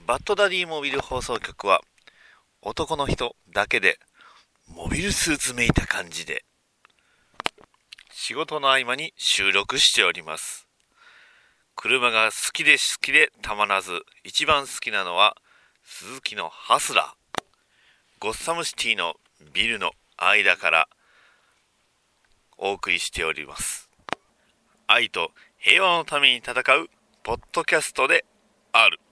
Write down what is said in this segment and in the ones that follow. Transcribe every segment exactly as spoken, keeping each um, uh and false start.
バッドダディモビル放送局は男の人だけでモビルスーツめいた感じで仕事の合間に収録しております。車が好きで好きでたまらず、一番好きなのはスズキのハスラー。ゴッサムシティのビルの間からお送りしております。愛と平和のために戦うポッドキャストである。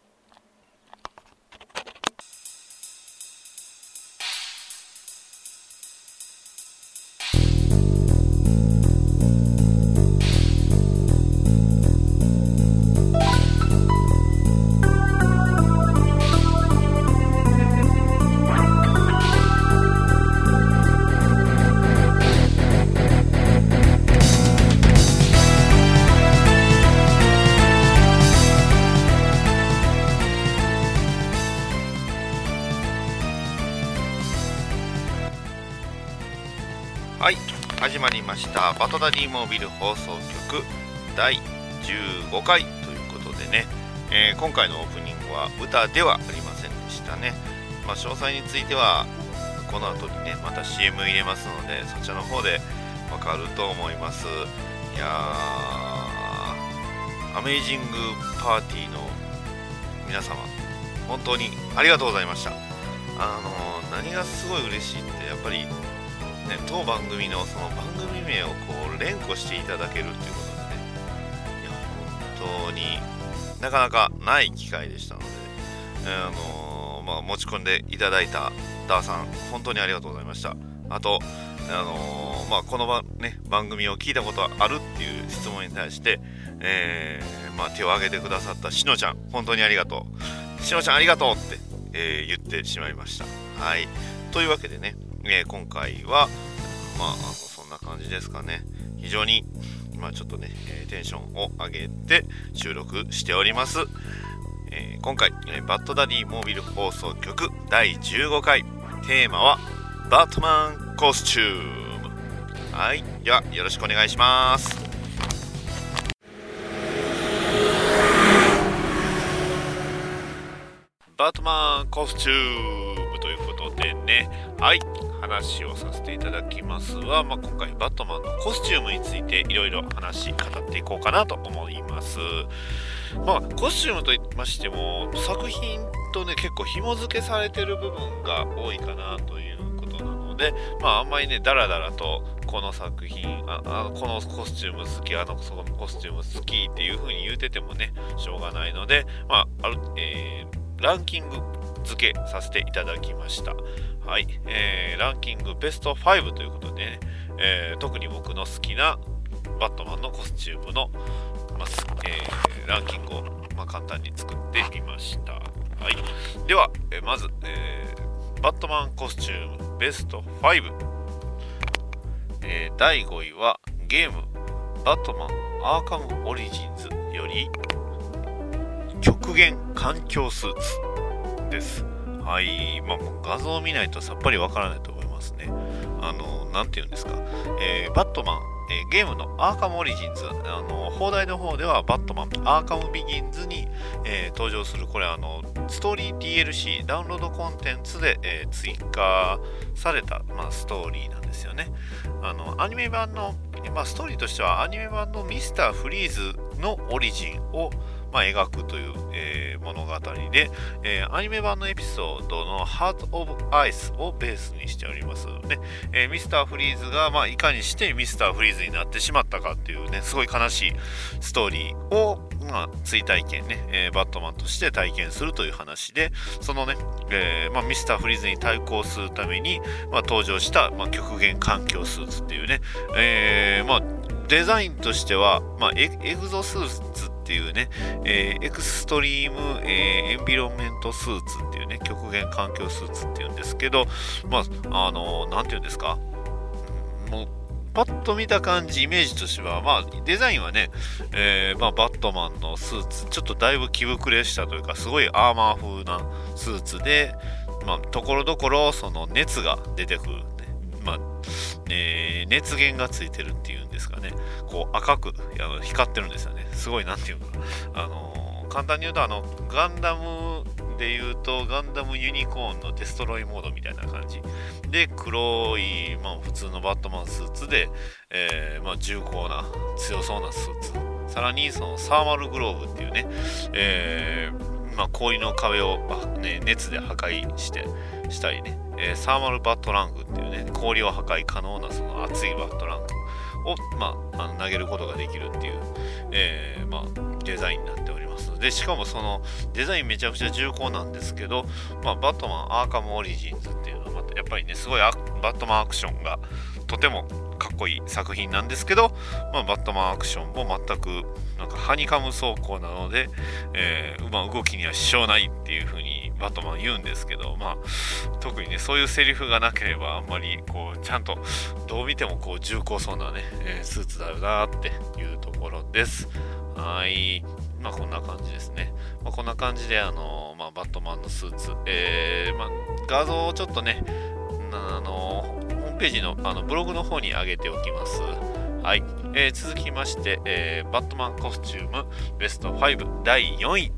はい、始まりましたバトダディモービル放送局だいじゅうごかいということでね、えー、今回のオープニングは歌ではありませんでしたね。まあ、詳細についてはこの後にねまた シーエム 入れますので、そちらの方でわかると思います。いやー、アメイジングパーティーの皆様本当にありがとうございました。あのー、何がすごい嬉しいってやっぱりね、当番組のその番組名をこう連呼していただけるということでね、いや本当になかなかない機会でしたので、あのーまあ、持ち込んでいただいたダーさん本当にありがとうございました。あと、あのーまあ、この番、ね、番組を聞いたことあるっていう質問に対して、えーまあ、手を挙げてくださったしのちゃん本当にありがとう、しのちゃんありがとうって、えー、言ってしまいました。はい、というわけでね、えー、今回はまあそんな感じですかね。非常にまあちょっとね、えー、テンションを上げて収録しております。えー、今回、えー、バッドダディモービル放送局だいじゅうごかい、テーマはバットマンコスチューム。はい、ではよろしくお願いします。バットマンコスチュームということでね、はい、話をさせていただきますは、まあ、今回バットマンのコスチュームについていろいろ話語っていこうかなと思います。まあコスチュームといいましても作品とね結構紐付けされてる部分が多いかなということなので、まああんまりねダラダラとこの作品 あ, あこのコスチューム好き、あのそのコスチューム好きっていう風に言うててもねしょうがないので、まあある、えー、ランキング付けさせていただきました。はい、えー、ランキングベストファイブということでね、えー、特に僕の好きなバットマンのコスチュームの、まあえー、ランキングを、まあ、簡単に作ってみました。はい、では、えー、まず、えー、バットマンコスチュームベストファイブ、えー、だいごいはゲームバットマンアーカムオリジンズより極限環境スーツです。はい、まあ、画像を見ないとさっぱりわからないと思いますね。あの、なんていうんですか、えー、バットマン、えー、ゲームのアーカムオリジンズ、あの、放題の方ではバットマンアーカムビギンズに、えー、登場する、これあの、ストーリー ディーエルシー、ダウンロードコンテンツで、えー、追加された、まあ、ストーリーなんですよね。あの、アニメ版の、まあ、ストーリーとしてはアニメ版のミスターフリーズのオリジンをまあ、描くという、えー、物語で、えー、アニメ版のエピソードの Heart of Ice をベースにしておりますね。えー、ミスターフリーズが、まあ、いかにしてミスターフリーズになってしまったかっていうね、すごい悲しいストーリーを、まあ、追体験ね、えー、バットマンとして体験するという話で、そのね、えーまあ、ミスターフリーズに対抗するために、まあ、登場した、まあ、極限環境スーツっていうね、えー、まあデザインとしては、まあ、エ, エグゾスーツっていうね、えー、エクストリーム、えー、エンビロンメントスーツっていうね、極限環境スーツっていうんですけど、まあ、あのー、なんていうんですか、もう、パッと見た感じ、イメージとしては、まあ、デザインはね、えー、まあ、バットマンのスーツ、ちょっとだいぶ着膨れしたというか、すごいアーマー風なスーツで、まあ、ところどころ、その熱が出てくる。まあえー、熱源がついてるっていうんですかね、こう赤くあの光ってるんですよね。すごいなんていうか、あのー、簡単に言うとあのガンダムでいうとガンダムユニコーンのデストロイモードみたいな感じで、黒い、まあ、普通のバットマンスーツで、えーまあ、重厚な強そうなスーツ、さらにそのサーマルグローブっていうね、えーまあ、氷の壁を、ね、熱で破壊してしたりね、えー、サーマルバットラングっていうね、氷を破壊可能なその熱いバットラングを、まあ、あの投げることができるっていう、えーまあ、デザインになっておりますので、しかもそのデザインめちゃくちゃ重厚なんですけど、まあ、バットマンアーカムオリジンズっていうのはまたやっぱりね、すごいバットマンアクションがとてもかっこいい作品なんですけど、まあ、バットマンアクションも全くなんかハニカム走行なので、えーまあ、動きには支障ないっていう風にバットマン言うんですけど、まあ、特にねそういうセリフがなければあんまりこうちゃんとどう見てもこう重厚そうなね、えー、スーツだよなっていうところです。はい、まあこんな感じですね。まあ、こんな感じであのー、まあ、バットマンのスーツ、えーまあ、画像をちょっとねあのー、ホームページの、あのブログの方に上げておきます。はい、えー、続きまして、えー、バットマンコスチュームベストごだいよんい、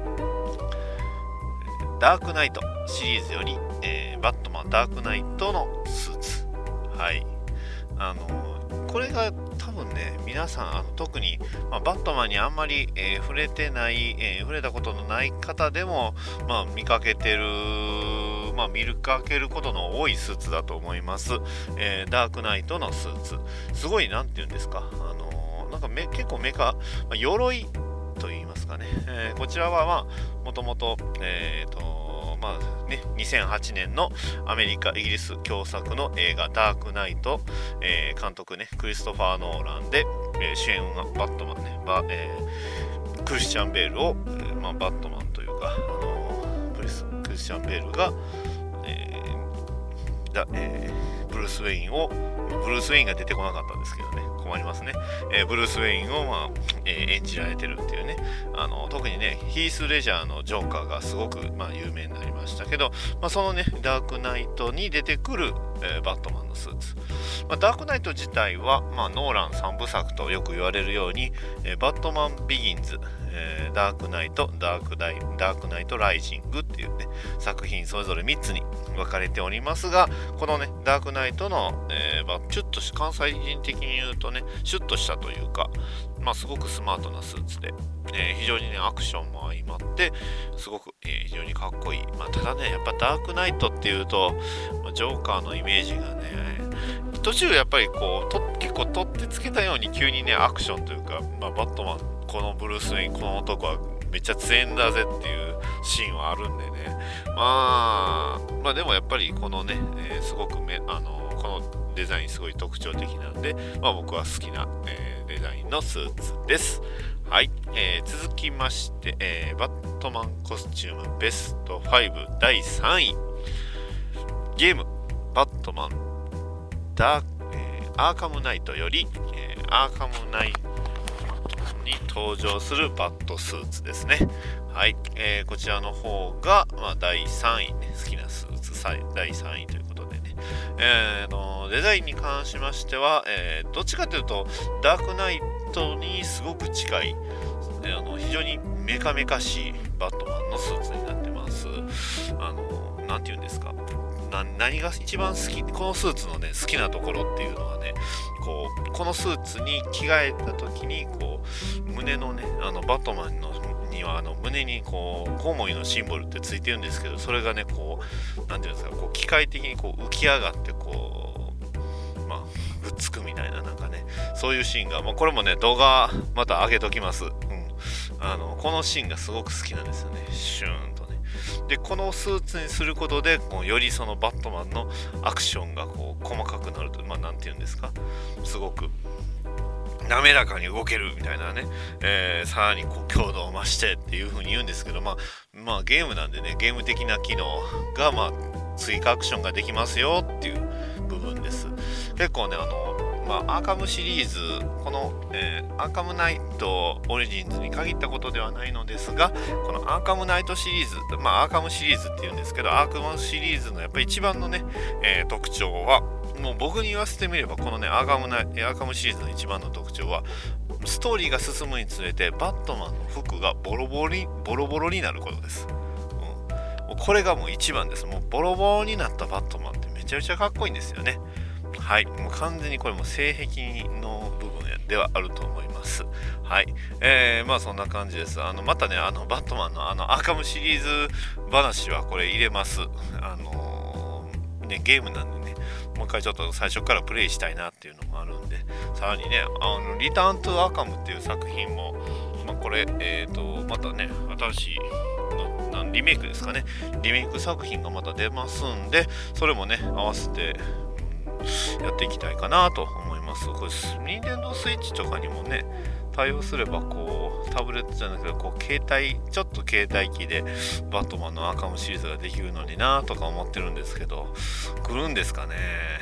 ダークナイトシリーズより、えー、バットマンダークナイトのスーツ。はい、あのー、これが多分ね皆さんあの特に、まあ、バットマンにあんまり、えー、触れてない、えー、触れたことのない方でも、まあ、見かけてる、まあ、見るかけることの多いスーツだと思います。えー、ダークナイトのスーツ、すごいなんて言うんですか、あのー、なんかめ結構メカ、まあ、鎧と言いますかね、えー、こちらはまあもともとえっ、ー、とまあね、にせんはちねんのアメリカイギリス共作の映画ダークナイト、えー、監督ねクリストファー・ノーランで、えー、主演はバットマンね、バえー、クリスチャン・ベールを、えーまあ、バットマンというか、あのー、クリス、クリスチャン・ベールが、えーだえー、ブルース・ウェインをブルース・ウェインが出てこなかったんですけどね、困りますね、えー、ブルース・ウェインを、まあえー、演じられてるっていうね、あの特にねヒース・レジャーのジョーカーがすごく、まあ、有名になりましたけど、まあ、そのねダークナイトに出てくる、えー、バットマンのスーツ、まあ、ダークナイト自体は、まあ、ノーランさんぶさくとよく言われるように、えー、バットマンビギンズ、えー、ダークナイトダークダイダークナイトライジングっていうね作品それぞれみっつに分かれておりますが、このねダークナイトの、えー、まあ、ちょっと関西人的に言うとねシュッとしたというか、まあ、すごくスマートなスーツで、えー、非常にねアクションも相まってすごく、えー、非常にかっこいい、まあ、ただねやっぱダークナイトっていうと、まあ、ジョーカーのイメージがね途中やっぱりこうと結構取ってつけたように急にねアクションというか、まあ、バットマンこのブルース・ウェインこの男はめっちゃ強えんだぜっていうシーンはあるんでね、まあまあでもやっぱりこのね、えー、すごくめあのこのデザインすごい特徴的なんで、まあ、僕は好きな、えー、デザインのスーツです。はい、えー、続きまして、えー、バットマンコスチュームベストごだいさんい、ゲームバットマンダー、えー、アーカムナイトより、えー、アーカムナイトに登場するバットスーツですね。はい、えー、こちらの方が、まあ、だいさんい、ね、好きなスーツだいさんいということでね、えー、のデザインに関しましては、えー、どっちかというとダークナイトにすごく近い、えー、あの非常にメカメカしいバットマンのスーツになってます。あのなんていうんですか、な何が一番好き、このスーツのね好きなところっていうのはね、こうこのスーツに着替えた時にこう胸のねあのバットマンのにはあの胸にこうコウモリのシンボルってついてるんですけど、それがねこうなんていうんですか、こう機械的にこう浮き上がってこうまあくっつくみたいな、なんかねそういうシーンが、まあ、これもね動画また上げときます。うん、あのこのシーンがすごく好きなんですよね。シューンとね。でこのスーツにすることでこうよりそのバットマンのアクションがこう細かくなると、まあなんていうんですか、すごく滑らかに動けるみたいなね、えー、さらにこう強度を増してっていう風に言うんですけど、まあまあゲームなんでね、ゲーム的な機能がまあ追加アクションができますよっていう部分です。結構ねあのまあ、アーカムシリーズ、この、えー、アーカムナイトオリジンズに限ったことではないのですが、このアーカムナイトシリーズ、まあアーカムシリーズっていうんですけど、アーカムシリーズのやっぱり一番のね、えー、特徴は、もう僕に言わせてみればこのねアーカムナイアーカムシリーズの一番の特徴は、ストーリーが進むにつれてバットマンの服がボロボロにボロボロになることです。 もうこれがもう一番です。もうボロボロになったバットマンってめちゃめちゃかっこいいんですよね。はい、もう完全にこれも性癖の部分ではあると思います。はい、えー、まあそんな感じです。あのまたね、あのバットマンのあのアーカムシリーズ話はこれ入れます。あのー、ねゲームなんでね、もう一回ちょっと最初からプレイしたいなっていうのもあるんで、さらにね、あのリターントゥアーカムっていう作品も、まあ、これえっ、ー、とまたね新しいのリメイクですかね、リメイク作品がまた出ますんで、それもね合わせてやっていきたいかなと思います。これ任天堂スイッチとかにもね対応すれば、こうタブレットじゃなくてこう携帯ちょっと携帯機でバットマンのアーカムシリーズができるのになとか思ってるんですけど、来るんですかね。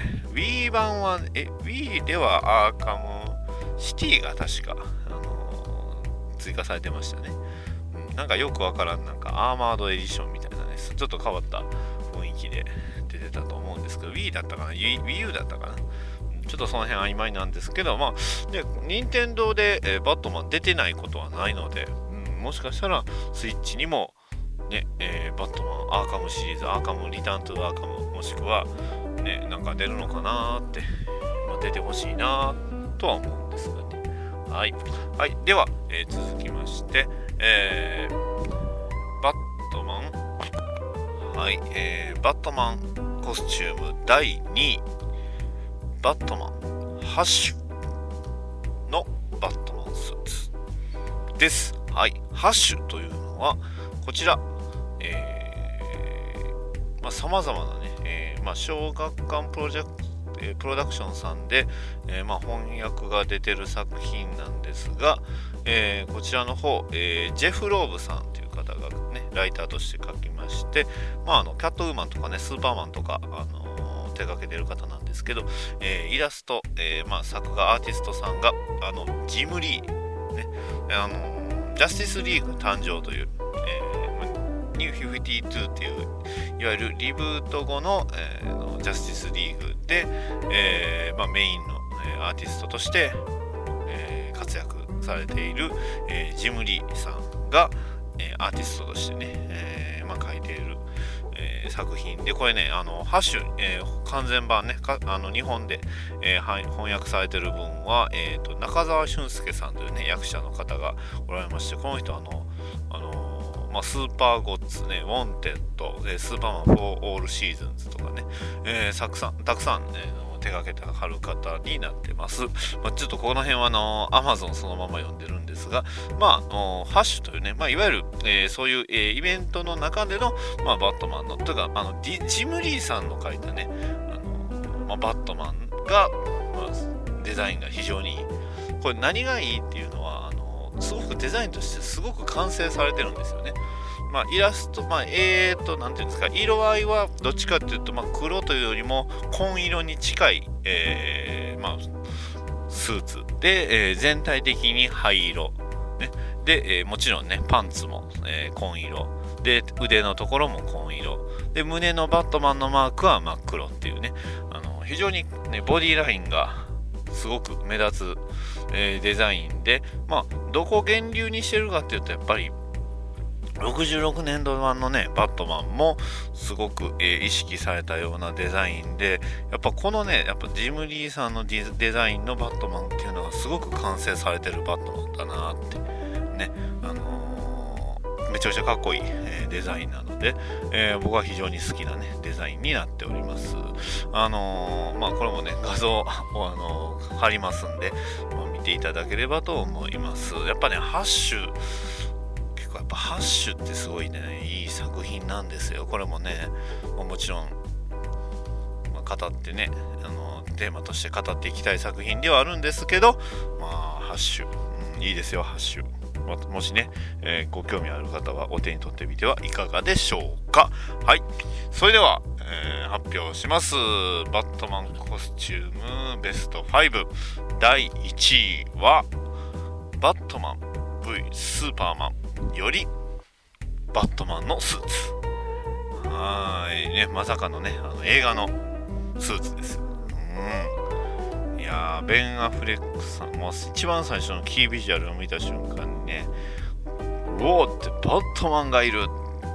Wii 版はえ Wii ではアーカムシティが確か、あのー、追加されてましたね、うん、なんかよくわからん、なんかアーマードエディションみたいなね、ちょっと変わった雰囲気で出てたと思うんですけど、 Wii だったかな Wii U だったかな、ちょっとその辺曖昧なんですけど、まあで任天堂で、えー、バットマン出てないことはないので、うん、もしかしたらスイッチにもね、えー、バットマンアーカムシリーズ、アーカムリターントゥアーカム、もしくはねなんか出るのかなーって、まあ、出てほしいなとは思うんですがね。はい、はい、では、えー、続きまして、えー、バットマンはい、えー、バットマンコスチュームだいにい、バットマンハッシュのバットマンスーツです。はい、ハッシュというのはこちら、えー、まあ様々なね、えー、まあ小学館プロジェクト、えー、プロダクションさんで、えー、まあ翻訳が出てる作品なんですが、えー、こちらの方、えー、ジェフ・ローブさんという方がねライターとして書きまして、まああのキャットウーマンとかねスーパーマンとか、あのー、手掛けてる方なんですけど、えー、イラスト、えーまあ、作画アーティストさんがあのジム・リー、ね、あのジャスティスリーグ誕生という、えー、ニューごじゅうにっていういわゆるリブート後の、えー、ジャスティスリーグで、えーまあ、メインの、えー、アーティストとして、えー、活躍されている、えー、ジム・リーさんが、えー、アーティストとしてね、えーまあ、書いているえー、作品で、これねあのハッシュ、えー、完全版ねかあの日本で、えー、翻訳されてる分は、えー、と中澤俊介さんというね役者の方がおられまして、この人あの、あのーまあ、スーパーゴッツね、ウォンテッド、スーパーマンフォーオールシーズンズとかね、えー、たくさんたくさん、ね、手掛けてはる方になってます。まあ、ちょっとこの辺はあの Amazon そのまま読んでるんですが、まあ、あハッシュというね、まあ、いわゆる、えー、そういう、えー、イベントの中での、まあ、バットマンのというかあのジム・リーさんの書いたね、あのまあ、バットマンが、まあ、デザインが非常にいい。これ何がいいっていうのはあのすごくデザインとしてすごく完成されてるんですよね。まあ、イラスト、まあ、えーと、なんていうんですか、色合いはどっちかっていうと、まあ、黒というよりも紺色に近い、えー、まあ、スーツで、えー、全体的に灰色。ね、で、えー、もちろんね、パンツも、えー、紺色。で、腕のところも紺色。で、胸のバットマンのマークは真っ黒っていうね、あの非常に、ね、ボディラインがすごく目立つ、えー、デザインで、まあ、どこを源流にしてるかっていうと、やっぱり、ろくじゅうろくねんど版のねバットマンもすごく、えー、意識されたようなデザインで、やっぱこのねやっぱジム・リーさんのデデザインのバットマンっていうのがすごく完成されてるバットマンだなってね、あのー、めちゃくちゃかっこいい、えー、デザインなので、えー、僕は非常に好きなねデザインになっております。あのー、まあこれもね画像を、あのー、貼りますんで、まあ、見ていただければと思います。やっぱねハッシュやっぱハッシュってすごいねいい作品なんですよ。これもねもちろん、まあ、語ってねあのテーマとして語っていきたい作品ではあるんですけど、まあハッシュ、うん、いいですよハッシュ。も, もしね、えー、ご興味ある方はお手に取ってみてはいかがでしょうか。はい、それでは、えー、発表します。バットマンコスチュームベストごだいいちいはバットマン ブイ スーパーマンよりバットマンのスーツ。はーいね、まさかのねあの映画のスーツです。うん、いやーベン・アフレックさんも一番最初のキービジュアルを見た瞬間にね、うおーってバットマンがいる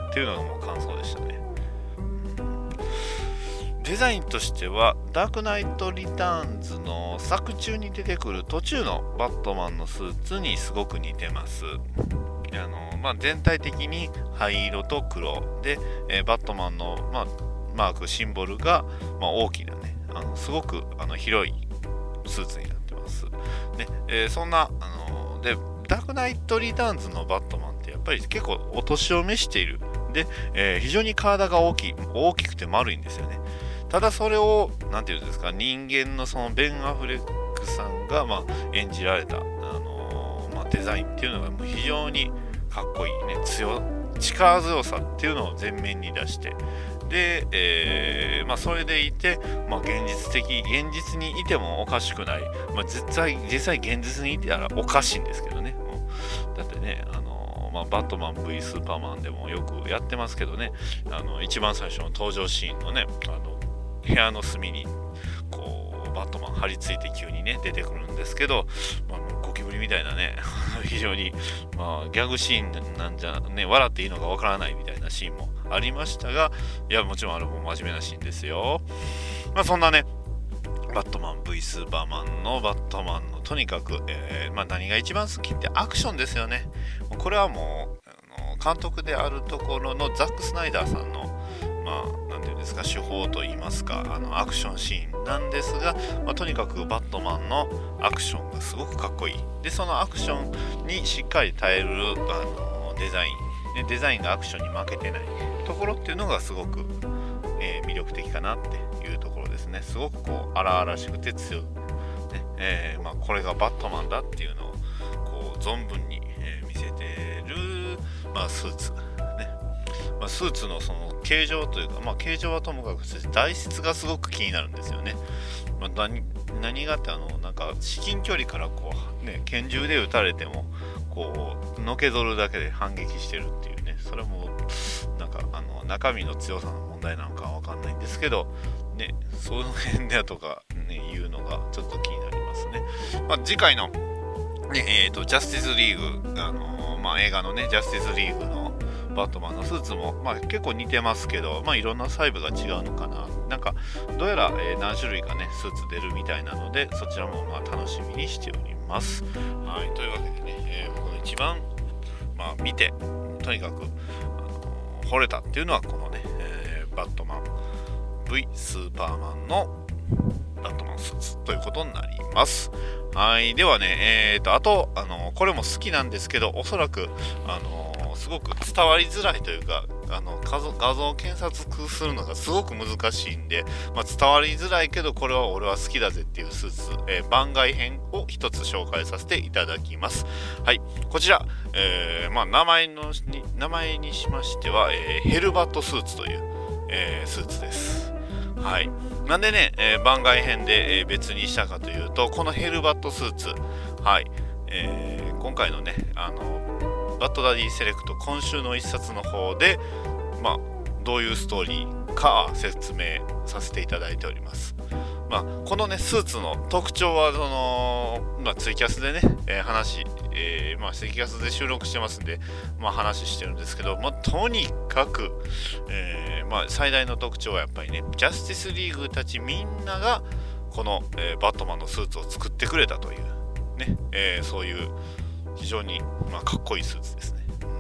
っていうのがもう感想でしたね。デザインとしてはダークナイトリターンズの作中に出てくる途中のバットマンのスーツにすごく似てます。あの、まあ、全体的に灰色と黒で、えー、バットマンの、まあ、マークシンボルが、まあ、大きなね、あのすごくあの広いスーツになってます、ねえー、そんなあのでダークナイトリターンズのバットマンってやっぱり結構お年を召しているで、えー、非常に体が大きい大きくて丸いんですよね。ただそれをなんていうんですか、人間のそのベン・アフレックさんが、まあ、演じられた、あのーまあ、デザインっていうのがもう非常にかっこいいね、強力強さっていうのを前面に出して、で、えーまあ、それでいて、まあ、現実的現実にいてもおかしくない、まあ、実際実際現実にいてたらおかしいんですけどね。もうだってね、あのーまあ、バットマン ブイ スーパーマンでもよくやってますけどね、あの一番最初の登場シーンのね、あの部屋の隅にこうバットマン張り付いて急にね出てくるんですけど、まあ、ゴキブリみたいなね非常に、まあ、ギャグシーンなんじゃね、笑っていいのかわからないみたいなシーンもありましたが、いやもちろんあれも真面目なシーンですよ。まあそんなねバットマン ブイ スーパーマンのバットマンのとにかく、えーまあ、何が一番好きってアクションですよね。これはもうあの監督であるところのザック・スナイダーさんのまあ、なんていうんですか、手法といいますか、あのアクションシーンなんですが、まあ、とにかくバットマンのアクションがすごくかっこいい。で、そのアクションにしっかり耐えるあのデザインで、デザインがアクションに負けてないところっていうのがすごく、えー、魅力的かなっていうところですね。すごくこう荒々しくて強い、ねえーまあ、これがバットマンだっていうのをこう存分に、えー、見せてる、まあ、スーツ。まあ、スーツのその形状というか、まあ、形状はともかく材質がすごく気になるんですよね。まあ、何, 何がってあのなんか至近距離からこう、ね、拳銃で撃たれてもこうのけぞるだけで反撃してるっていうね、それもなんかあの中身の強さの問題なのかわかんないんですけど、ね、その辺だとか、ね、いうのがちょっと気になりますね。まあ、次回の、ねえーと、ジャスティスリーグ、あのーまあ、映画のねジャスティスリーグのバットマンのスーツも、まあ、結構似てますけど、まあ、いろんな細部が違うのかな。なんかどうやら、えー、何種類かねスーツ出るみたいなので、そちらもまあ楽しみにしております。はい、というわけでね、えー、僕の一番、まあ、見てとにかく、あのー、惚れたっていうのはこのね、えー、バットマン ブイ スーパーマンのバットマンスーツということになります。はい、ではね、えーとあと、あのー、これも好きなんですけど、おそらくあのーすごく伝わりづらいというか、あの画像、画像検索するのがすごく難しいんで、まあ、伝わりづらいけどこれは俺は好きだぜっていうスーツ、えー、番外編を一つ紹介させていただきます。はい、こちら、えーまあ、名前のに名前にしましては、えー、ヘルバットスーツという、えー、スーツです。はい、なんでね、えー、番外編で、えー、別にしたかというと、このヘルバットスーツ、はい、えー、今回のね、あのバッドダディセレクト今週の一冊の方で、まあ、どういうストーリーか説明させていただいております。まあ、このねスーツの特徴はその、まあ、ツイキャスでね、えー、話、えーまあ、ツイキャスで収録してますんで、まあ、話してるんですけど、まあ、とにかく、えーまあ、最大の特徴はやっぱりね、ジャスティスリーグたちみんながこの、えー、バットマンのスーツを作ってくれたというね、えー、そういう非常に、まあ、かっこいいスーツですね。うん、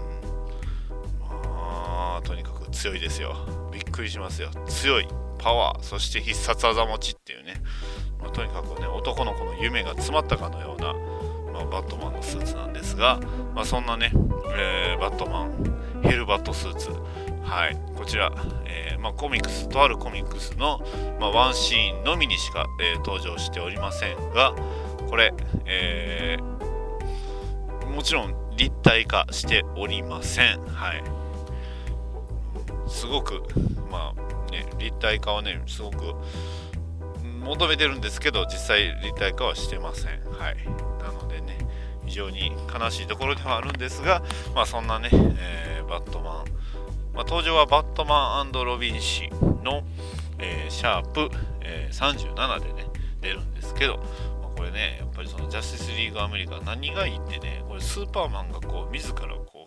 まあとにかく強いですよ。びっくりしますよ。強い、パワー、そして必殺技持ちっていうね、まあ、とにかくね男の子の夢が詰まったかのような、まあ、バットマンのスーツなんですが、まあ、そんなね、えー、バットマンヘルバットスーツ、はい、こちら、えーまあ、コミックスとあるコミックスの、まあ、ワンシーンのみにしか、えー、登場しておりませんが、これ、えーもちろん立体化しておりません。はい。すごくまあね立体化はねすごく求めてるんですけど、実際立体化はしてません。はい。なのでね非常に悲しいところではあるんですが、まあそんなね、えー、バットマン、まあ、登場はバットマン&ロビン氏の、えー、シャープ、えー、さんじゅうななでね出るんですけど。これねやっぱりそのジャスティスリーグアメリカ何がいいってね、これスーパーマンがこう自らこう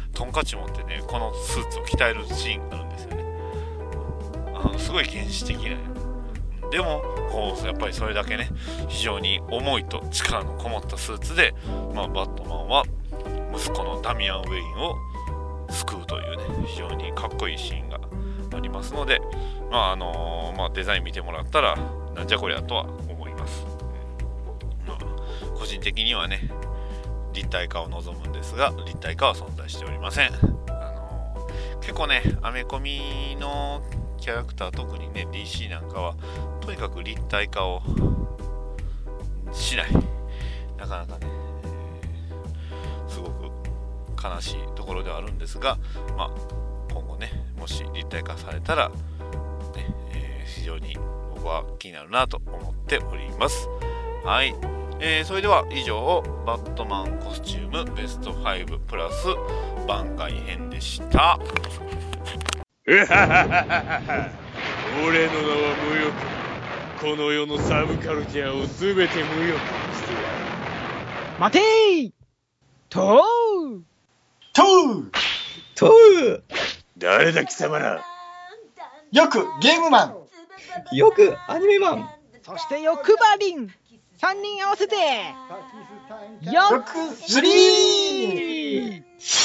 トンカチ持ってねこのスーツを鍛えるシーンがあるんですよね。あのすごい原始的な、でもこうやっぱりそれだけね非常に重いと力のこもったスーツで、まあ、バットマンは息子のダミアン・ウェインを救うというね非常にかっこいいシーンがありますので、まああのーまあ、デザイン見てもらったらなんじゃこりゃとは思います。まあ、個人的にはね立体化を望むんですが立体化は存在しておりません。あのー、結構ねアメコミのキャラクター特にね ディーシー なんかはとにかく立体化をしない、なかなかね、えー、すごく悲しいところではあるんですが、まあ、今後ねもし立体化されたら、ねえー、非常に僕は気になるなと思っております。はい、えー、それでは以上バットマンコスチュームベストファイブプラス番外編でした。 俺の名は無欲。この世のサブカルチャーをすべて無欲にしてやる。 待てーとうとうとう誰だ貴様ら。 よくゲームマン、 よくアニメマン、そしてよくバリン、さんにん合わせてよくスリー。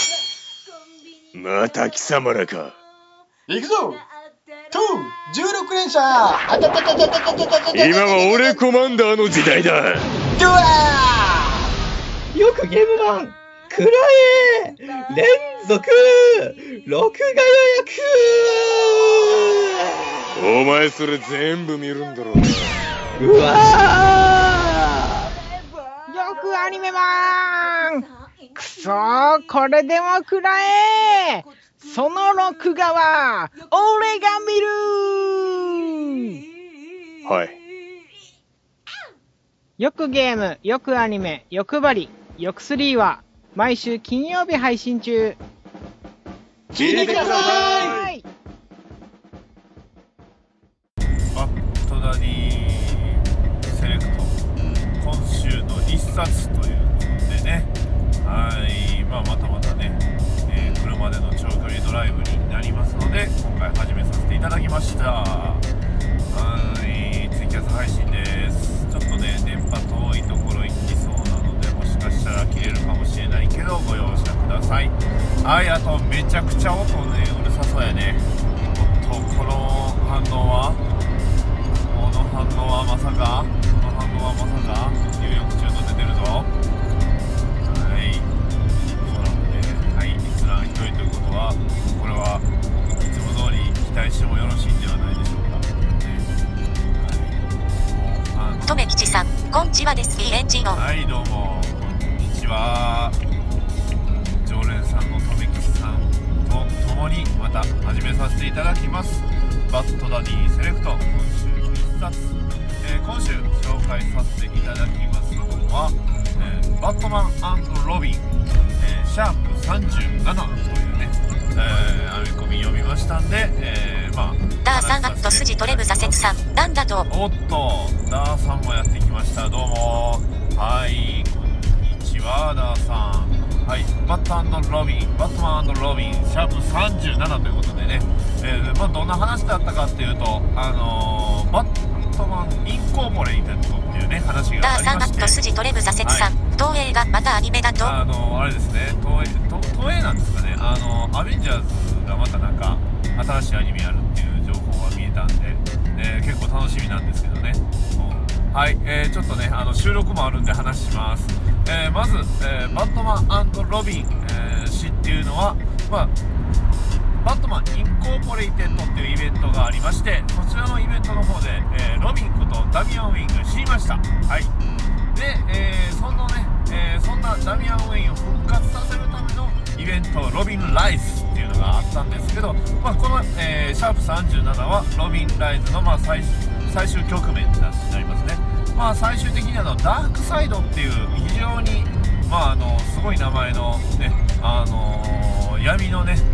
また貴様らか。 行くぞとうじゅうろく連射、あたたたたたたたたた。 今は俺コマンダーの時代だ。 ドワーよくゲームマン、くらえ連続録画予約。 お前それ全部見るんだろう。 うわーよくアニメマン、くそーこれでもくらえ、その録画は俺が見る。 はい。 よくゲーム、よくアニメ、よくばり、よくスリーは毎週金曜日配信中。 聞いてください。 バットダディセレクト今週の一冊ということでね、はい、まあ、またまたね、えー、車での長距離ドライブになりますので今回始めさせていただきました。はい、ツイキャス配信です。ちょっとね電波遠いところ行きそうなのでもしかしたら切れるかもしれないけどご容赦ください。はい、あとめちゃくちゃ音ねうるさそうやね。おっとこの反応はこの反応はまさかこの反応はまさか入力中と出てるぞ。はい、そうなので、はい、閲覧ひとりということはこれはいつも通り期待してもよろしいんではないでしょうか、ね。はい、もうあのとめきちさん、こんちはです。いいエンジン音。 はい、どうもこんにちは。常連さんのとめきちさんと共にまた始めさせていただきます。バットダディセレクト今週の一冊、えー、今週紹介させていただきますのは、えー、バットマン&ロビン、えー、シャープさんじゅうななというね、えー、アメコミ読みましたんで、えー、まあダーさんアット筋トレブ挫折さん、なんだと。 おっとダーさんもやってきました。どうもはい、こんにちはダーさん。はい、バット&ロビン、バットマン&ロビン、シャープさんじゅうななということでね、えーまあ、どんな話だったかっていうと、あのー、バットマンインコーポレイテッドっていうね話がダーさんアありまして、 ット筋トレブ挫折さん、はい、東映がまたアニメだと。 あのー、あれですね、東映、東映なんですかね、あのー、アベンジャーズがまたなんか新しいアニメやるっていう情報が見えたんで、えー、結構楽しみなんですけどね。はい、えー、ちょっとねあの収録もあるんで話します。えー、まず、えー、バットマン&ロビン、えー、誌っていうのは、まあ、バットマンインコーポレイテッドっていうイベントがありまして、そちらのイベントの方で、えー、ロビンことダミアン・ウェインが死にました。はい、で、えー、そのね、えー、そんなダミアン・ウェインを復活させるためのイベントロビン・ライスっていうのがあったんですけど、まあ、この、えー、シャープさんじゅうななはロビン・ライズの、まあ、最最終局面になりますね。まあ、最終的にあのダークサイドっていう非常に、まあ、あのすごい名前の、ね、あのー、闇のね、え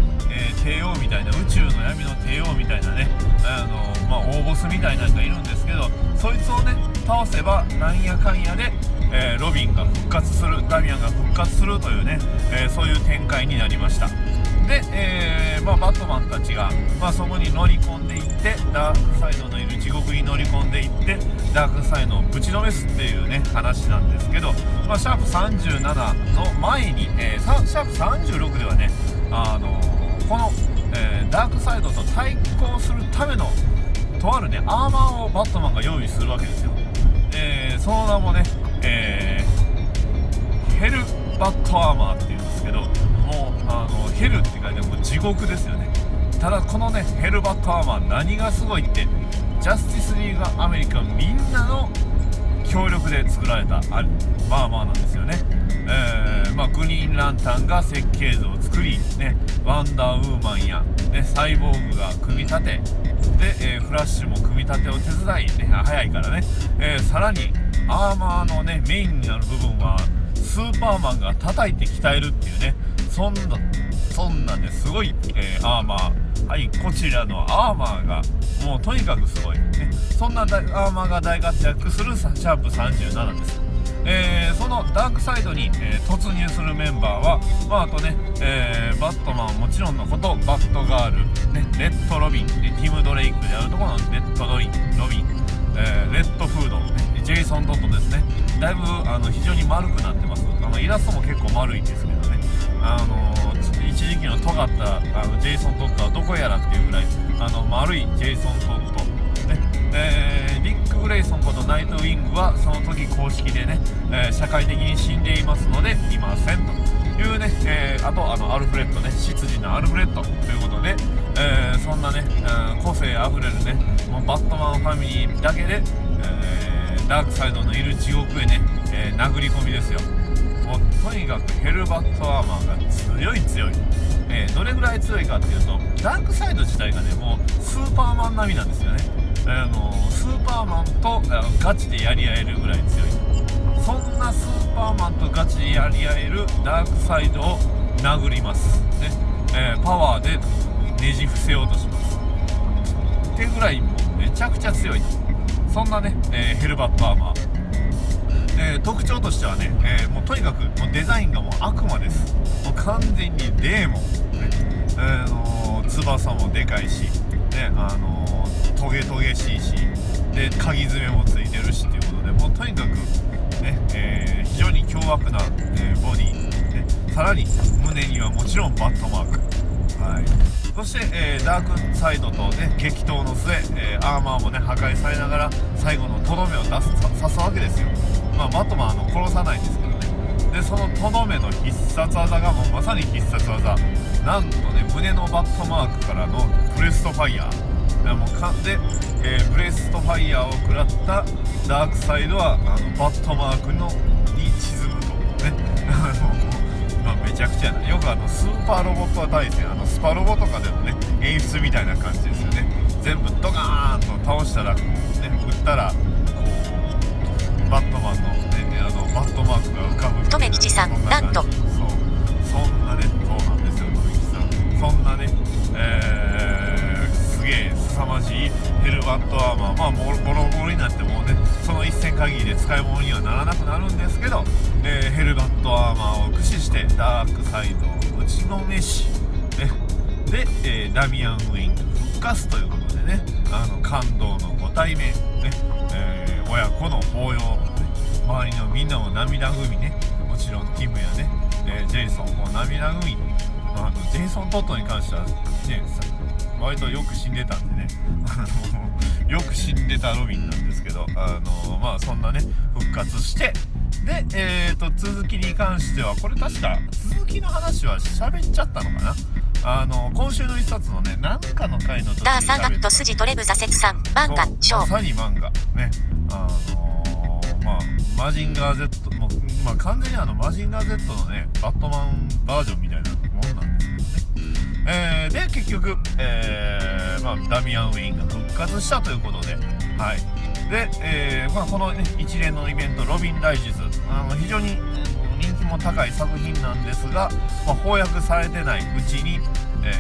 えー、帝王みたいな、宇宙の闇の帝王みたいなね、あのまあ、大ボスみたいなのがいるんですけど、そいつをね倒せばなんやかんやで、えー、ロビンが復活する、ダミアンが復活するというね、えー、そういう展開になりました。で、えーまあ、バットマンたちが、まあ、そこに乗り込んでいって、ダークサイドのいる地獄に乗り込んでいって、ダークサイドをぶちのめすっていうね話なんですけど、まあ、シャープさんじゅうななの前に、えー、シャープさんじゅうろくではね、あのー、この、えー、ダークサイドと対抗するためのとあるねアーマーをバットマンが用意するわけですよ。えー、その名もね、えー、ヘルバットアーマーっていうんですけど、もうあのヘルって書いてもう地獄ですよね。ただこのねヘルバットアーマー何がすごいって、ジャスティスリーグアメリカみんなの協力で作られたアーマーなんですよね。えーまあ、グリーンランタンが設計図を作り、ね、ワンダーウーマンや、ね、サイボーグが組み立てで、えー、フラッシュも組み立てを手伝い、ね、早いからね、えー、さらにアーマーの、ね、メインになる部分はスーパーマンが叩いて鍛えるっていうね、そんなそんなねすごい、えー、アーマー、はい、こちらのアーマーがもうとにかくすごい、ね、そんなアーマーが大活躍するシャープさんじゅうななです。えー、そのダークサイドに、えー、突入するメンバーは、まあ、あとね、えー、バットマンはもちろんのこと、バットガール、ね、レッドロビン、ね、ティム・ドレイクであるところのレッドロビン、ロビン、えー、レッドフード、ね、ジェイソン・トットですね。だいぶあの非常に丸くなってます。あのイラストも結構丸いんですけどね、あのー、一時期の尖ったあのジェイソン・トットはどこやらっていうぐらいあの丸いジェイソン・トット、ねえー、リック・グレイソンことナイトウィングはその時公式でね、えー、社会的に死んでいますのでいませんというね、えー、あとあのアルフレッドね、執事のアルフレッドということで、えー、そんなね、えー、個性あふれるねもうバットマンファミリーだけで、えー、ダークサイドのいる地獄へね、えー、殴り込みですよ。もうとにかくヘルバットアーマーが強い強い、えー、どれぐらい強いかっていうと、ダークサイド自体がねもうスーパーマン並みなんですよね。あのスーパーマンとガチでやり合えるぐらい強い、そんなスーパーマンとガチでやり合えるダークサイドを殴りますね、えー、パワーでねじ伏せようとしますってぐらいもうめちゃくちゃ強い、そんなね、えー、ヘルバットアーマー、えー、特徴としてはね、えー、もうとにかくもうデザインがもう悪魔です。もう完全にデーモン、ねえー、の翼もでかいし、ね、あのー、トゲトゲしいしで鍵爪もついてるしっていうことで、もうとにかくね、えー、非常に凶悪な、えー、ボディ、ね、さらに胸にはもちろんバットマーク、はい、そして、えー、ダークサイドと、ね、激闘の末、えー、アーマーもね破壊されながら最後のとどめを出す刺すわけですよ。まあ、バットマンはあの殺さないんですけどね。でそのとどめの必殺技がもうまさに必殺技、なんとね胸のバットマークからのブレストファイヤーもうかんで、えー、ブレストファイヤーを食らったダークサイドはあのバットマークのに沈むとねあの、まあ、めちゃくちゃやな、よくあのスーパーロボット対戦、あのスパロボとかでもね演出みたいな感じですよね。全部ドカーンと倒したら、ね、撃ったらこうバットマンの、ね、あのバットマークが浮かぶ、 とめきちさん、なんとそうそんなね、そうなんですよ、とめきちさん、そんなね、えー、すげえ凄まじいヘルバットアーマー、まあボロボロボロになってもうねその一戦限りで使い物にはならなくなるんですけど、えー、ヘルバットアーマーを駆使してダークサイドを打ちのめし、ね、で、えー、ダミアン・ウィング復活ということでね、あの感動のご対面、ねえー、親子の抱擁、ね、周りのみんなも涙ぐみね、もちろんティムやね、えー、ジェイソンも涙ぐみ、まあ、あのジェイソン・トットに関してはね割とよく死んでたんでねよく死んでたロビンなんですけど、あのまあそんなね復活して、で、えーと続きに関してはこれ確か続きの話は喋っちゃったのかな、あの今週の一冊のね何かの回の時にダーサンアット筋トレブ挫折さん漫画ショーまさに漫画ね、あのー、まあマジンガー Z も、まあ、完全にあのマジンガー Z のねバットマンバージョンみたいなものなんですけどね、えー、で結局、えーまあ、ダミアン・ウィンが復活したということで、はいで、えーまあ、この、ね、一連のイベントロビンライジズ、あの非常に人気も高い作品なんですが、まあ、翻訳されてないうちに、えー、これね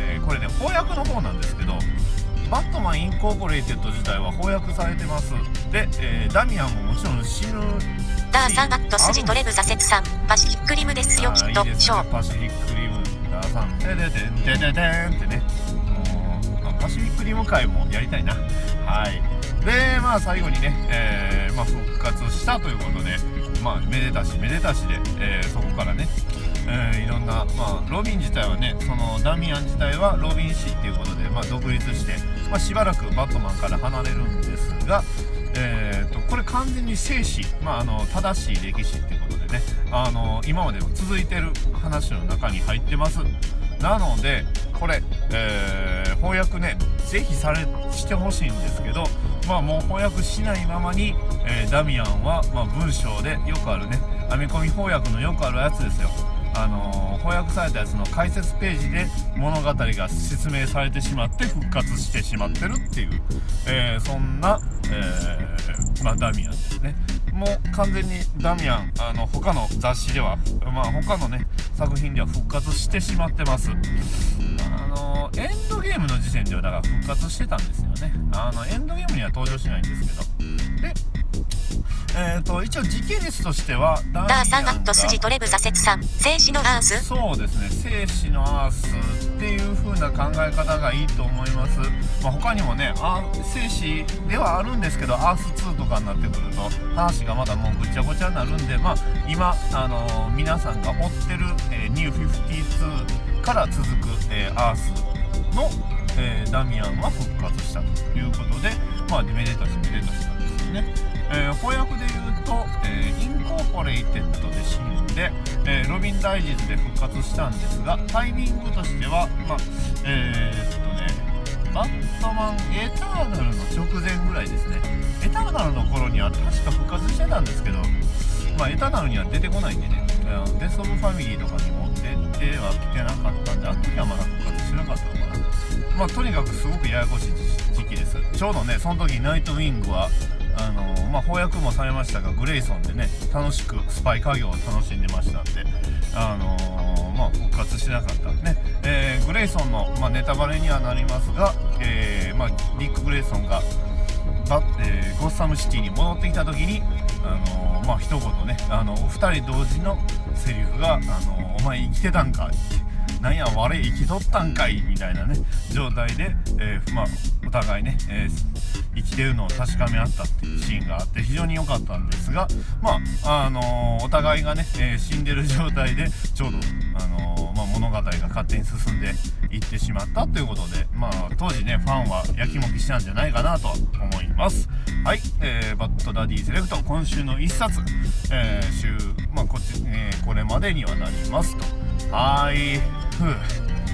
翻訳の方なんですけど、バットマンインコーポレーテッド自体は翻訳されてます。で、えー、ダミアンももちろん死ぬダーさんアット筋トレブ挫折さんパシフィックリムですよきっと。 いいですね、パシフィックリムダーさんでででででででんってね、もうパシフィックリム会もやりたいな。はい。でまあ最後にね、えーまあ、復活したということで、まあめでたしめでたしで、えー、そこからね、えー、いろんな、まあ、ロビン自体はね、そのダミアン自体はロビン氏っていうことで、まあ、独立して、まあ、しばらくバットマンから離れるんですが、えー、とこれ完全に正史、まあ、あの正しい歴史っていうことでね、あの今まで続いてる話の中に入ってます。なのでこれ、えー、翻訳ねぜひされしてほしいんですけど、まあもう翻訳しないままに、えー、ダミアンは、まあ、文章でよくあるね、編み込み翻訳のよくあるやつですよ。あのー、翻訳されたやつの解説ページで物語が説明されてしまって復活してしまってるっていう、えー、そんな、えーまあ、ダミアンですね。もう完全にダミアン、あの他の雑誌では、まあ、他のね作品では復活してしまってます。あのー、エンドゲームの時点ではだから復活してたんですよね。あのエンドゲームには登場しないんですけど、でえー、と一応時系列としてはダーさんアット筋トレブ挫折さん生死のアース、 そうですね、生死のアースっていう風な考え方がいいと思います。まあ、他にもねあ生死ではあるんですけど、アースツーとかになってくると話がまだもうぐちゃぐちゃになるんで、まあ、今、あのー、皆さんが追ってる、えー、ニューフィフティーツーから続く、えー、アースの、えー、ダミアンは復活したということで、まあ、めでたしめでたしなんですよね。えー、翻訳で言うと、えー、インコーポレイテッドで死んで、えー、ロビンダイジーズで復活したんですが、タイミングとしては、まあ、えー、っとね、バットマンエターナルの直前ぐらいですね。エターナルの頃には確か復活してたんですけど、まあ、エターナルには出てこないんでね、デス・オブ・ファミリーとかにも出てはきてなかったんで、あの時はまだ復活してなかったのかな。まあ、とにかくすごくややこしい時期です。ちょうどね、その時ナイトウィングはあのーまあ、翻訳もされましたが、グレイソンでね楽しくスパイ家業を楽しんでましたんで、あのーまあ、復活してなかったんでね、えー、グレイソンの、まあ、ネタバレにはなりますが、えーまあ、リック・グレイソンがバ、えー、ゴッサムシティに戻ってきた時に、あのーまあ、一言ね、あのふたり同時のセリフが、あのー、お前生きてたんかって、なんや我生きとったんかいみたいなね状態で、えーまあ、お互いね、えー生きてるのを確かめ合ったっていうシーンがあって非常に良かったんですが、まああのー、お互いがね、えー、死んでる状態でちょうど、あのーまあ、物語が勝手に進んでいってしまったということで、まあ、当時ねファンはやきもきしたんじゃないかなと思います。はい、えー、バッドダディセレクト今週のいっさつ、えー、週、まあこっちえー、これまでにはなりますと。はい、ふう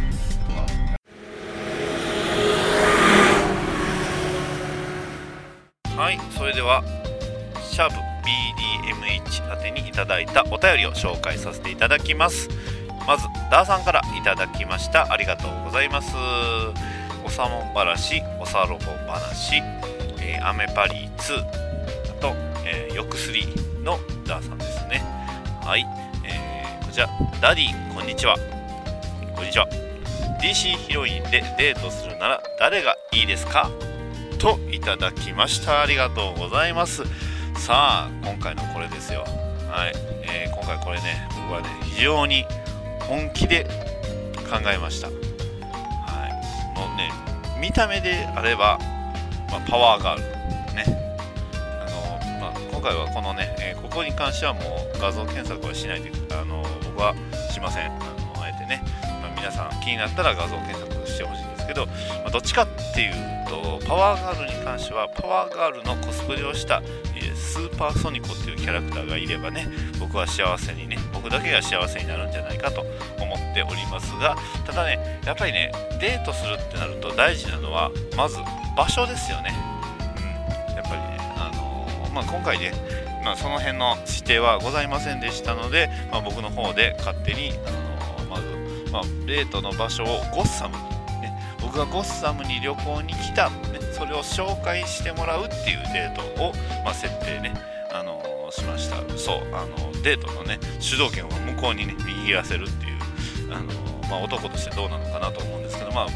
はい、それではシャープ ビーディーエムエイチ 宛てにいただいたお便りを紹介させていただきます。まずダーさんからいただきました。ありがとうございます。おさもん話、おさろぼ話、えー、アメパリーツー、あと、えー、よくすりのダーさんですね。はい、えー、こちらダディこんにちは。こんにちは。 ディーシー ヒロインでデートするなら誰がいいですかといただきました。ありがとうございます。さあ今回のこれですよ。はい、えー、今回これね僕はね非常に本気で考えました。はい、もうね見た目であれば、まあ、パワーガールね、あの、まあ、今回はこのね、えー、ここに関してはもう画像検索はしないで、あの僕はしません。あのあえてね、まあ、皆さん気になったら画像検索してほしいんですけど、まあ、どっちかっていうとパワーガールに関してはパワーガールのコスプレをした、えー、スーパーソニコっていうキャラクターがいればね僕は幸せにね僕だけが幸せになるんじゃないかと思っておりますが、ただねやっぱりねデートするってなると大事なのはまず場所ですよね。うん、やっぱりね、あのーまあ、今回ね、まあ、その辺の指定はございませんでしたので、まあ、僕の方で勝手に、あのー、まず、まあ、デートの場所をゴッサム僕がゴッサムに旅行に来た、ね、それを紹介してもらうっていうデートを、まあ、設定ね、あのー、しました。そうあのデートのね主導権を向こうにね握らせるっていう、あのーまあ、男としてどうなのかなと思うんですけど、まあね、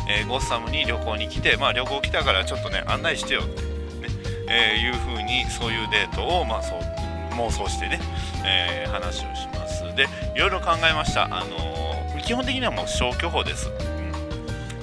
えー、ゴッサムに旅行に来て、まあ、旅行来たからちょっとね案内してよって、ねえー、いう風にそういうデートを、まあ、そう妄想してね、えー、話をします。でいろいろ考えました。あのー、基本的にはもう消去法です、うん、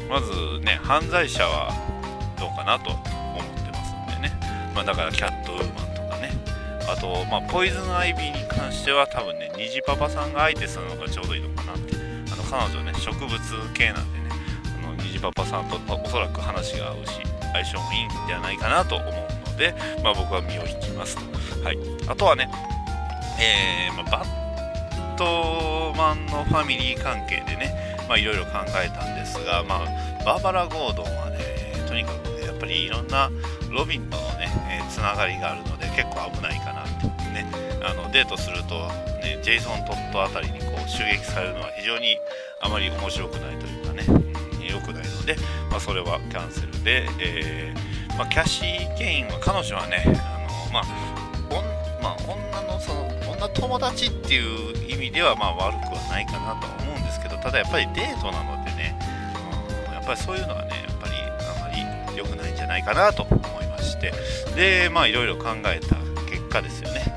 まずね犯罪者はどうかなと思ってますんでね、まあ、だからキャットウーマンとかね、あと、まあ、ポイズンアイビーに関しては多分ね虹パパさんが相手するのがちょうどいいのかなって。あの彼女ね植物系なんでね、あの虹パパさんとおそらく話が合うし相性もいいんじゃないかなと思うので、まあ、僕は身を引きますと。はい、あとはね、えーまあ、バットマンのファミリー関係でねいろいろ考えたんですが、まあ、バーバラ・ゴードンはねとにかくねやっぱりいろんなロビンとのね、えー、つながりがあるので結構危ないかなってね。あのデートすると、ね、ジェイソン・トットあたりにこう襲撃されるのは非常にあまり面白くないというかね、うん、良くないので、まあ、それはキャンセルで、えーまあ、キャシー・ケインは彼女はねあの、まあおんまあ、女のその女友達っていう意味ではまあ悪くはないかなと思うんですけど、ただやっぱりデートなのでね、うん、やっぱりそういうのはねやっぱりあまり良くないんじゃないかなと思いまして、でまあいろいろ考えた結果ですよね。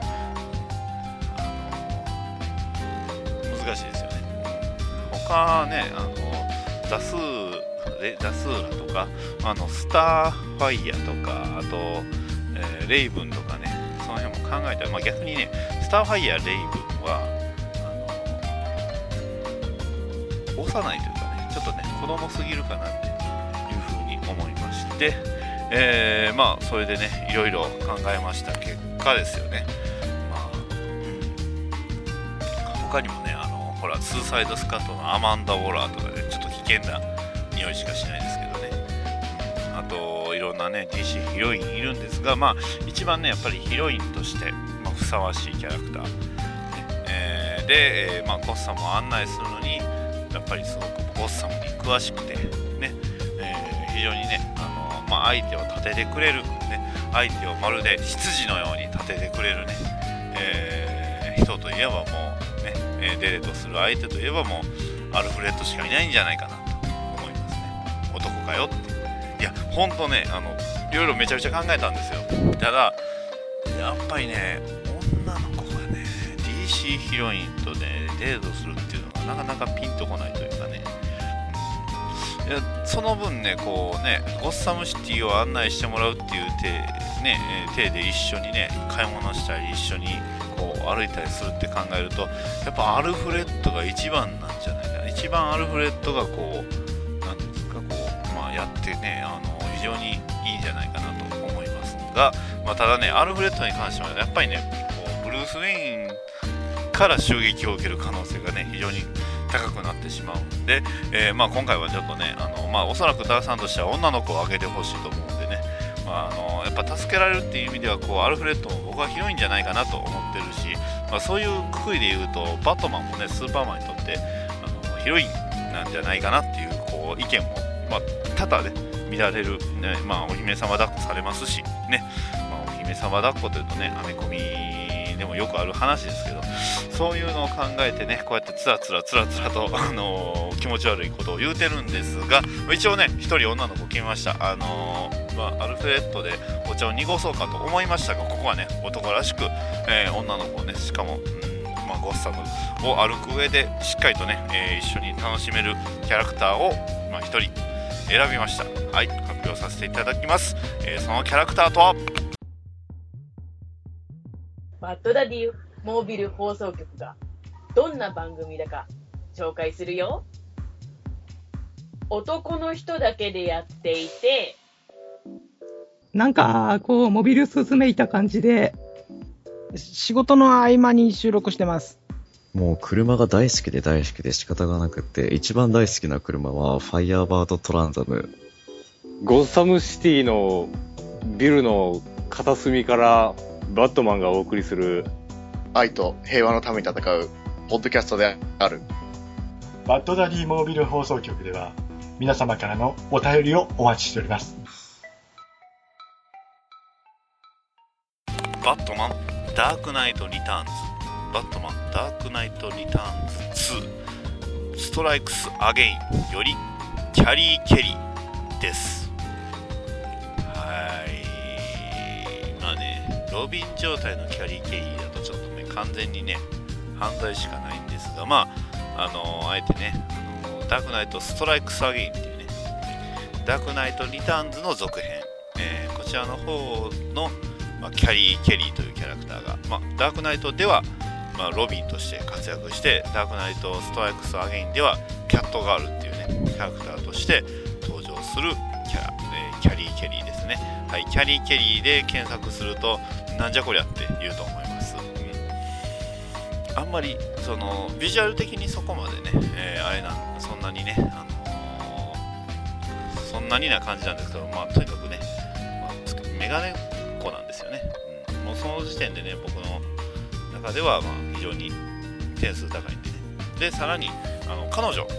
難しいですよね。他ねあのダスーダスーラとかあのスターファイヤーとかあと、えー、レイブンとかねその辺も考えたら、まあ、逆にねスターファイヤーレイブンはあの幼いというかねちょっとね子供すぎるかなっていうふうに思いまして、えー、まあそれでねいろいろ考えました結果ですよね。まあ、うん、他にもねあのほらスーサイドスカットのアマンダ・ウォラーとかで、ね、ちょっと危険な匂いしかしないですけどね、うん、あといろんなね ディーシー ヒロインいるんですが、まあ一番ねやっぱりヒロインとして、まあ、ふさわしいキャラクター、ねえー、で、えーまあ、ゴッサムを案内するのにやっぱりすごくゴッサムに詳しくてね、えー、非常にねあの、まあ、相手を立ててくれる、ね、相手をまるで執事のように立ててくれるね、えー、人といえばもうね、えー、デートする相手といえばもうアルフレッドしかいないんじゃないかなと思いますね。男かよって。いやほんとねあのいろいろめちゃくちゃ考えたんですよ。ただやっぱりね女の子がね ディーシー ヒロインとねデートするっていうのがなかなかピンとこないというかね、うん、いやその分ねこうねゴッサムシティを案内してもらうっていう体、ね、体で一緒にね買い物したり一緒にこう歩いたりするって考えるとやっぱアルフレッドが一番なんじゃないかな。一番アルフレッドがこうなんですかこう、まあ、やってねあの非常にいいんじゃないかなと思いますが、まあ、ただねアルフレッドに関してはやっぱりねこうブルース・ウェインから襲撃を受ける可能性がね非常に高くなってしまうんで、えーまあ、今回はちょっとねあの、まあ、おそらくダーさんとしては女の子を挙げてほしいと思うんでね、まあ、あのやっぱ助けられるっていう意味ではこうアルフレッドも僕は広いんじゃないかなと思ってるし、まあ、そういうくくりで言うとバットマンもねスーパーマンにとってあのヒロインなんじゃないかなっていう、こう意見も、まあ、多々ね見られる、ねまあ、お姫様抱っこされますしね、まあ、お姫様抱っこというとねアメコミでもよくある話ですけど、そういうのを考えてねこうやってつらつらつらつらと、あのー、気持ち悪いことを言うてるんですが、一応ね一人女の子決めました。あのーまあ、アルフレッドでお茶を濁そうかと思いましたが、ここはね男らしく、えー、女の子をねしかも、うんまあ、ゴッサムを歩く上でしっかりとね、えー、一緒に楽しめるキャラクターをまあ、一人選びました。はい、発表させていただきます。えー、そのキャラクターとはバッドダディモービル放送局がどんな番組だか紹介するよ。男の人だけでやっていて、 なんかこうモビルスーツめいた感じで仕事の合間に収録してます。 もう車が大好きで大好きで仕方がなくて、一番大好きな車はファイヤーバードトランザム。 ゴッサムシティのビルの片隅からバットマンがお送りする愛と平和のために戦うポッドキャストであるバッドダディモービル放送局では皆様からのお便りをお待ちしております。 バットマンダークナイトリターンズ、バットマンダークナイトリターンズツーストライクスアゲインよりキャリー・ケリーです。はい。まあね、ロビン状態のキャリー・ケリーだとちょっとね、完全にね、犯罪しかないんですが、まあ、あのー、あえてね、あのー、ダークナイト・ストライクス・アゲインっていうね、ダークナイト・リターンズの続編、えー、こちらの方の、まあ、キャリー・ケリーというキャラクターが、まあ、ダークナイトでは、まあ、ロビンとして活躍して、ダークナイト・ストライクス・アゲインではキャットガールっていうね、キャラクターとして登場するキャラ、えー、キャリー・ケリーですね。はい、キャリー・ケリーで検索すると、なんじゃこりゃって言うと思います。うん、あんまりそのビジュアル的にそこまでね、えー、あれなんそんなにね、あのー、そんなにな感じなんですけど、まあとにかくね、まあ、メガネっ子なんですよね。うん、もうその時点でね、僕の中ではまあ非常に点数高いんでね。でさらにあの彼女、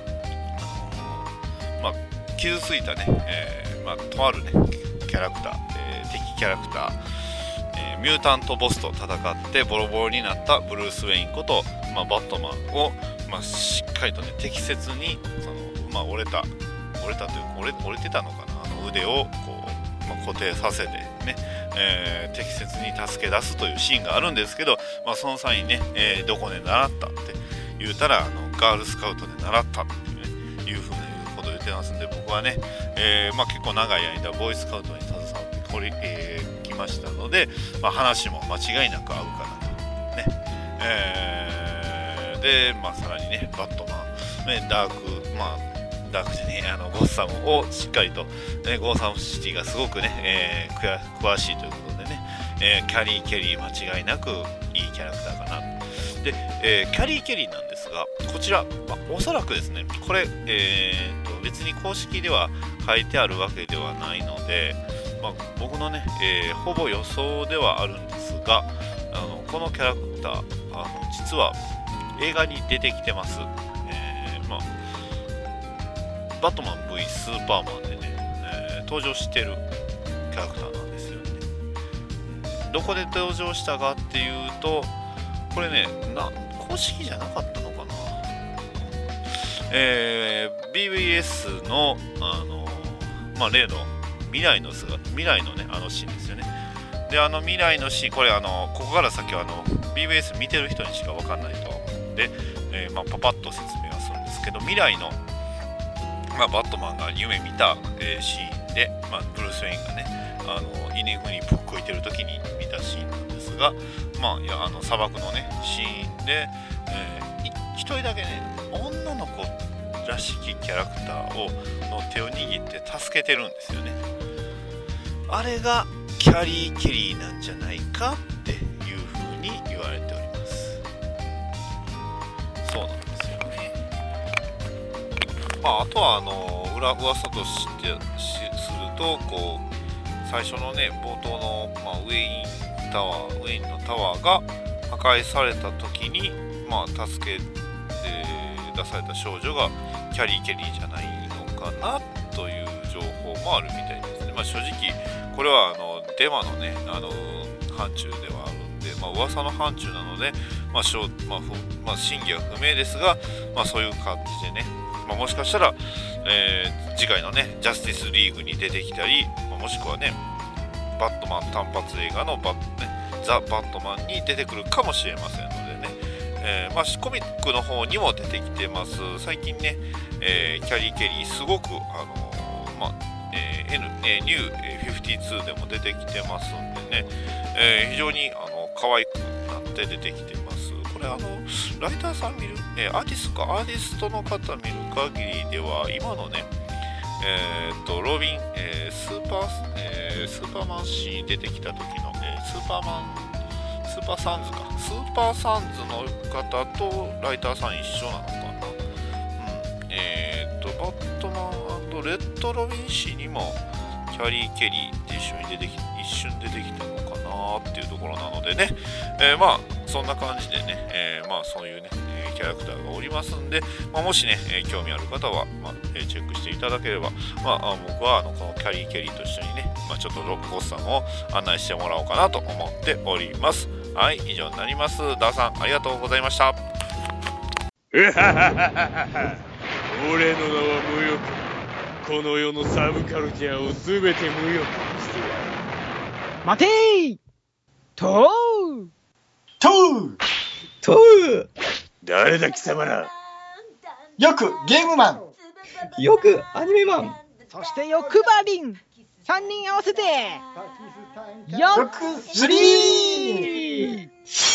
あのー、まあ傷ついたね、えー、まあとあるねキャラクター、えー、敵キャラクター、えー、ミュータントボスと戦ってボロボロになったブルース・ウェインこと、まあ、バットマンを、まあ、しっかりとね適切にその、まあ、折れた折れたというか折れ、折れてたのかな、あの腕をこう、まあ、固定させてね、えー、適切に助け出すというシーンがあるんですけど、まあ、その際にね、えー、どこで習ったって言うたらあのガールスカウトで習ったっていうねいうふうなことを言ってますんで、僕はね、えーまあ、結構長い間ボーイスカウトに携わってこれ、えー、きましたので、まあ、話も間違いなく合うかなとね、えー、で、まあ、さらにねバットマン、ね、ダークまあダークじゃねえあのゴッサムをしっかりと、ね、ゴーサムシティがすごくね、えー、詳しいということでね、えー、キャリー・ケリー間違いなくいいキャラクターかなで、えー、キャリー・ケリーなんですが、こちら、まあ、おそらくですねこれ、えー、と別に公式では書いてあるわけではないので、まあ、僕のね、えー、ほぼ予想ではあるんですが、あのこのキャラクターあの実は映画に出てきてます、えーまあ、バットマン ブイ スーパーマンでね、えー、登場してるキャラクターなんですよね。どこで登場したかっていうと、これねな公式じゃなかったのかな、えー、ビーブイエス の、あのまあ、例の未来の姿、未来のねあのシーンですよね。であの未来のシーン、これあのここから先はあの ビーブイエス 見てる人にしか分かんないと思うんで、えーまあ、パパッと説明はするんですけど、未来の、まあ、バットマンが夢見た、えー、シーンで、まあ、ブルース・ウェインがねあの居眠りにぶっこいてる時に見たシーンなんですが、まあ、いやあの砂漠のねシーンで、えー、一人だけね女の子らしきキャラクターをの手を握って助けてるんですよね。あれがキャリー・ケリーなんじゃないかっていう風に言われております。そうなんですよね。まああとはあの裏噂としてしするとこう最初のね冒頭の、まあ、ウェインタワーウェインのタワーが破壊された時に、まあ、助け、えー、出された少女がキャリー・ケリーじゃないのかなという情報もあるみたいですね。まあ、正直これはあのデマのねあの範疇ではあるんで、まあ、噂の範疇なので、まあまあまあ、真偽は不明ですが、まあ、そういう感じでね、まあ、もしかしたら、えー、次回のねジャスティスリーグに出てきたり、まあ、もしくはねバットマン単発映画のバッ、ね、ザ・バットマンに出てくるかもしれませんのでね、えーまあ、コミックの方にも出てきてます。最近ね、えー、キャリー・ケリーすごく、あのーまあえー N えー、ニューフィフティーツーでも出てきてますんでね、えー、非常にあの可愛くなって出てきてます。これあのライターさん見る、えー、アーティストかアーティストの方見る限りでは今のねえー、っとロビン、えー、スーパー、えー、スーパーマンシーに出てきた時の、えー、スーパーマンスーパーサンズかスーパーサンズの方とライターさん一緒なのかな、うん、えー、っとバットマン&レッドロビン誌にもキャリー・ケリーって一緒に出てき一瞬出てきたのかなっていうところなのでね、えー、まあそんな感じでね、えー、まあそういうねキャラクターがおりますんで、まあ、もしね、えー、興味ある方は、まあえー、チェックしていただければ、まあ、僕はあのこのキャリー・ケリーと一緒にね、まあ、ちょっとロックゴスさんを案内してもらおうかなと思っております。はい、以上になります。ダーさんありがとうございました。 うははははは俺の名は無欲この世のサブカルチャーをすべて無力にしてやる。 待てーとうトゥとう誰だ貴様ら。 よくゲームマン。 よくアニメマン。 そして欲張りんさんにん合わせてよくスリー。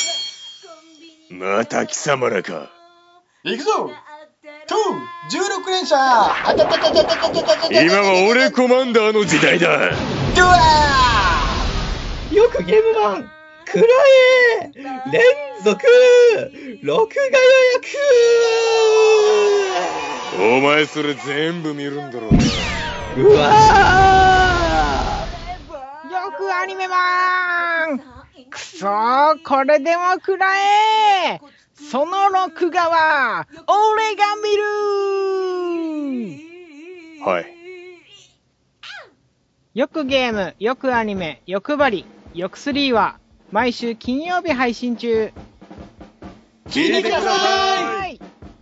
また貴様らか。 いくぞ。トゥじゅうろく連射。あたたたたたたたたた。 今は俺コマンダーの時代だ。 ドワよくゲームマン。くらえ連続録画予お前それ全部見るんだろ。 約。うわよくアニメマン。くそー、これでもくらえ。その録画は俺が見る。 はい。 よくゲーム、よくアニメ、よくばり、よくスリーは毎週金曜日配信中。 聞いてください。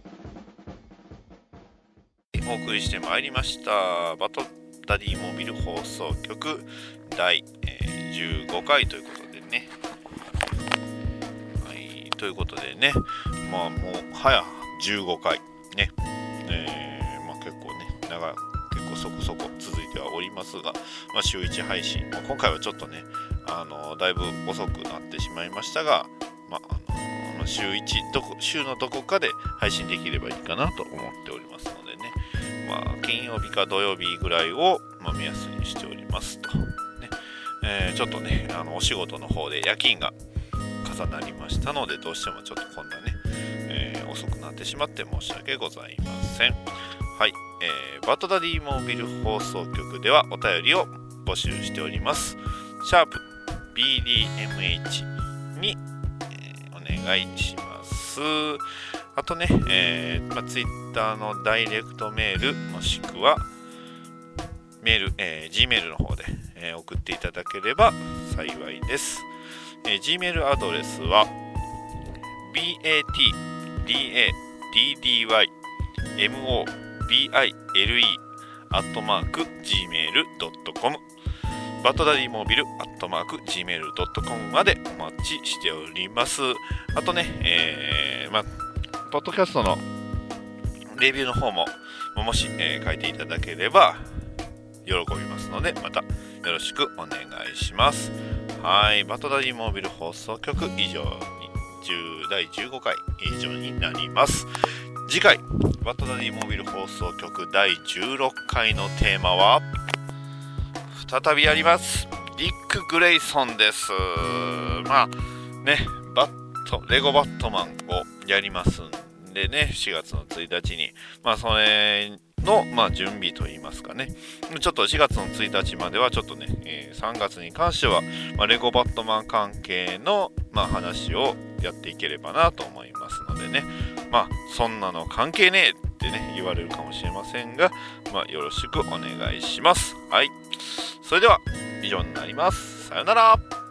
お送りしてまいりましたバトダディモビル放送局第、えー、じゅうごかいということでね、はい、ということでね、まあもう早じゅうごかいね、えー、まあ結構ね長結構そこそこ続いてはおりますが、まあ、週いち配信、まあ、今回はちょっとねあのだいぶ遅くなってしまいましたが、まああの週いちどこ週のどこかで配信できればいいかなと思っておりますのでね、まあ、金曜日か土曜日ぐらいを、まあ、目安にしておりますと、ねえー、ちょっとねあのお仕事の方で夜勤が重なりましたのでどうしてもちょっとこんなね、えー、遅くなってしまって申し訳ございません。はい、えー、バトダディモビル放送局ではお便りを募集しております。シャープ ビーディーエムエイチ に、えー、お願いします。あとね、えーまあ、ツイッターのダイレクトメールもしくはメール、えー、Gmail の方で、えー、送っていただければ幸いです。えー、Gmail アドレスは バトダディモビル アットマーク ジーメール ドットコム バトダディモビル アットマーク ジーメール ドットコム までお待ちしております。あとね、えー、まあポッドキャストのレビューの方ももし、えー、書いていただければ喜びますのでまたよろしくお願いします。はい、バトダディモビル放送局以上にだいじゅうごかい以上になります。次回バトダディモビル放送局だいじゅうろっかいのテーマは再びやりますディック・グレイソンです。まあねバットレゴバットマンをやりますんでね、しがつのついたちにまあそれの、まあ、準備といいますかね、ちょっとしがつのついたちまではちょっとね、えー、さんがつに関しては、まあ、レゴバットマン関係の、まあ、話をやっていければなと思いますのでね、まあそんなの関係ねえってね言われるかもしれませんが、まあ、よろしくお願いします。はい、それでは以上になります。さよなら。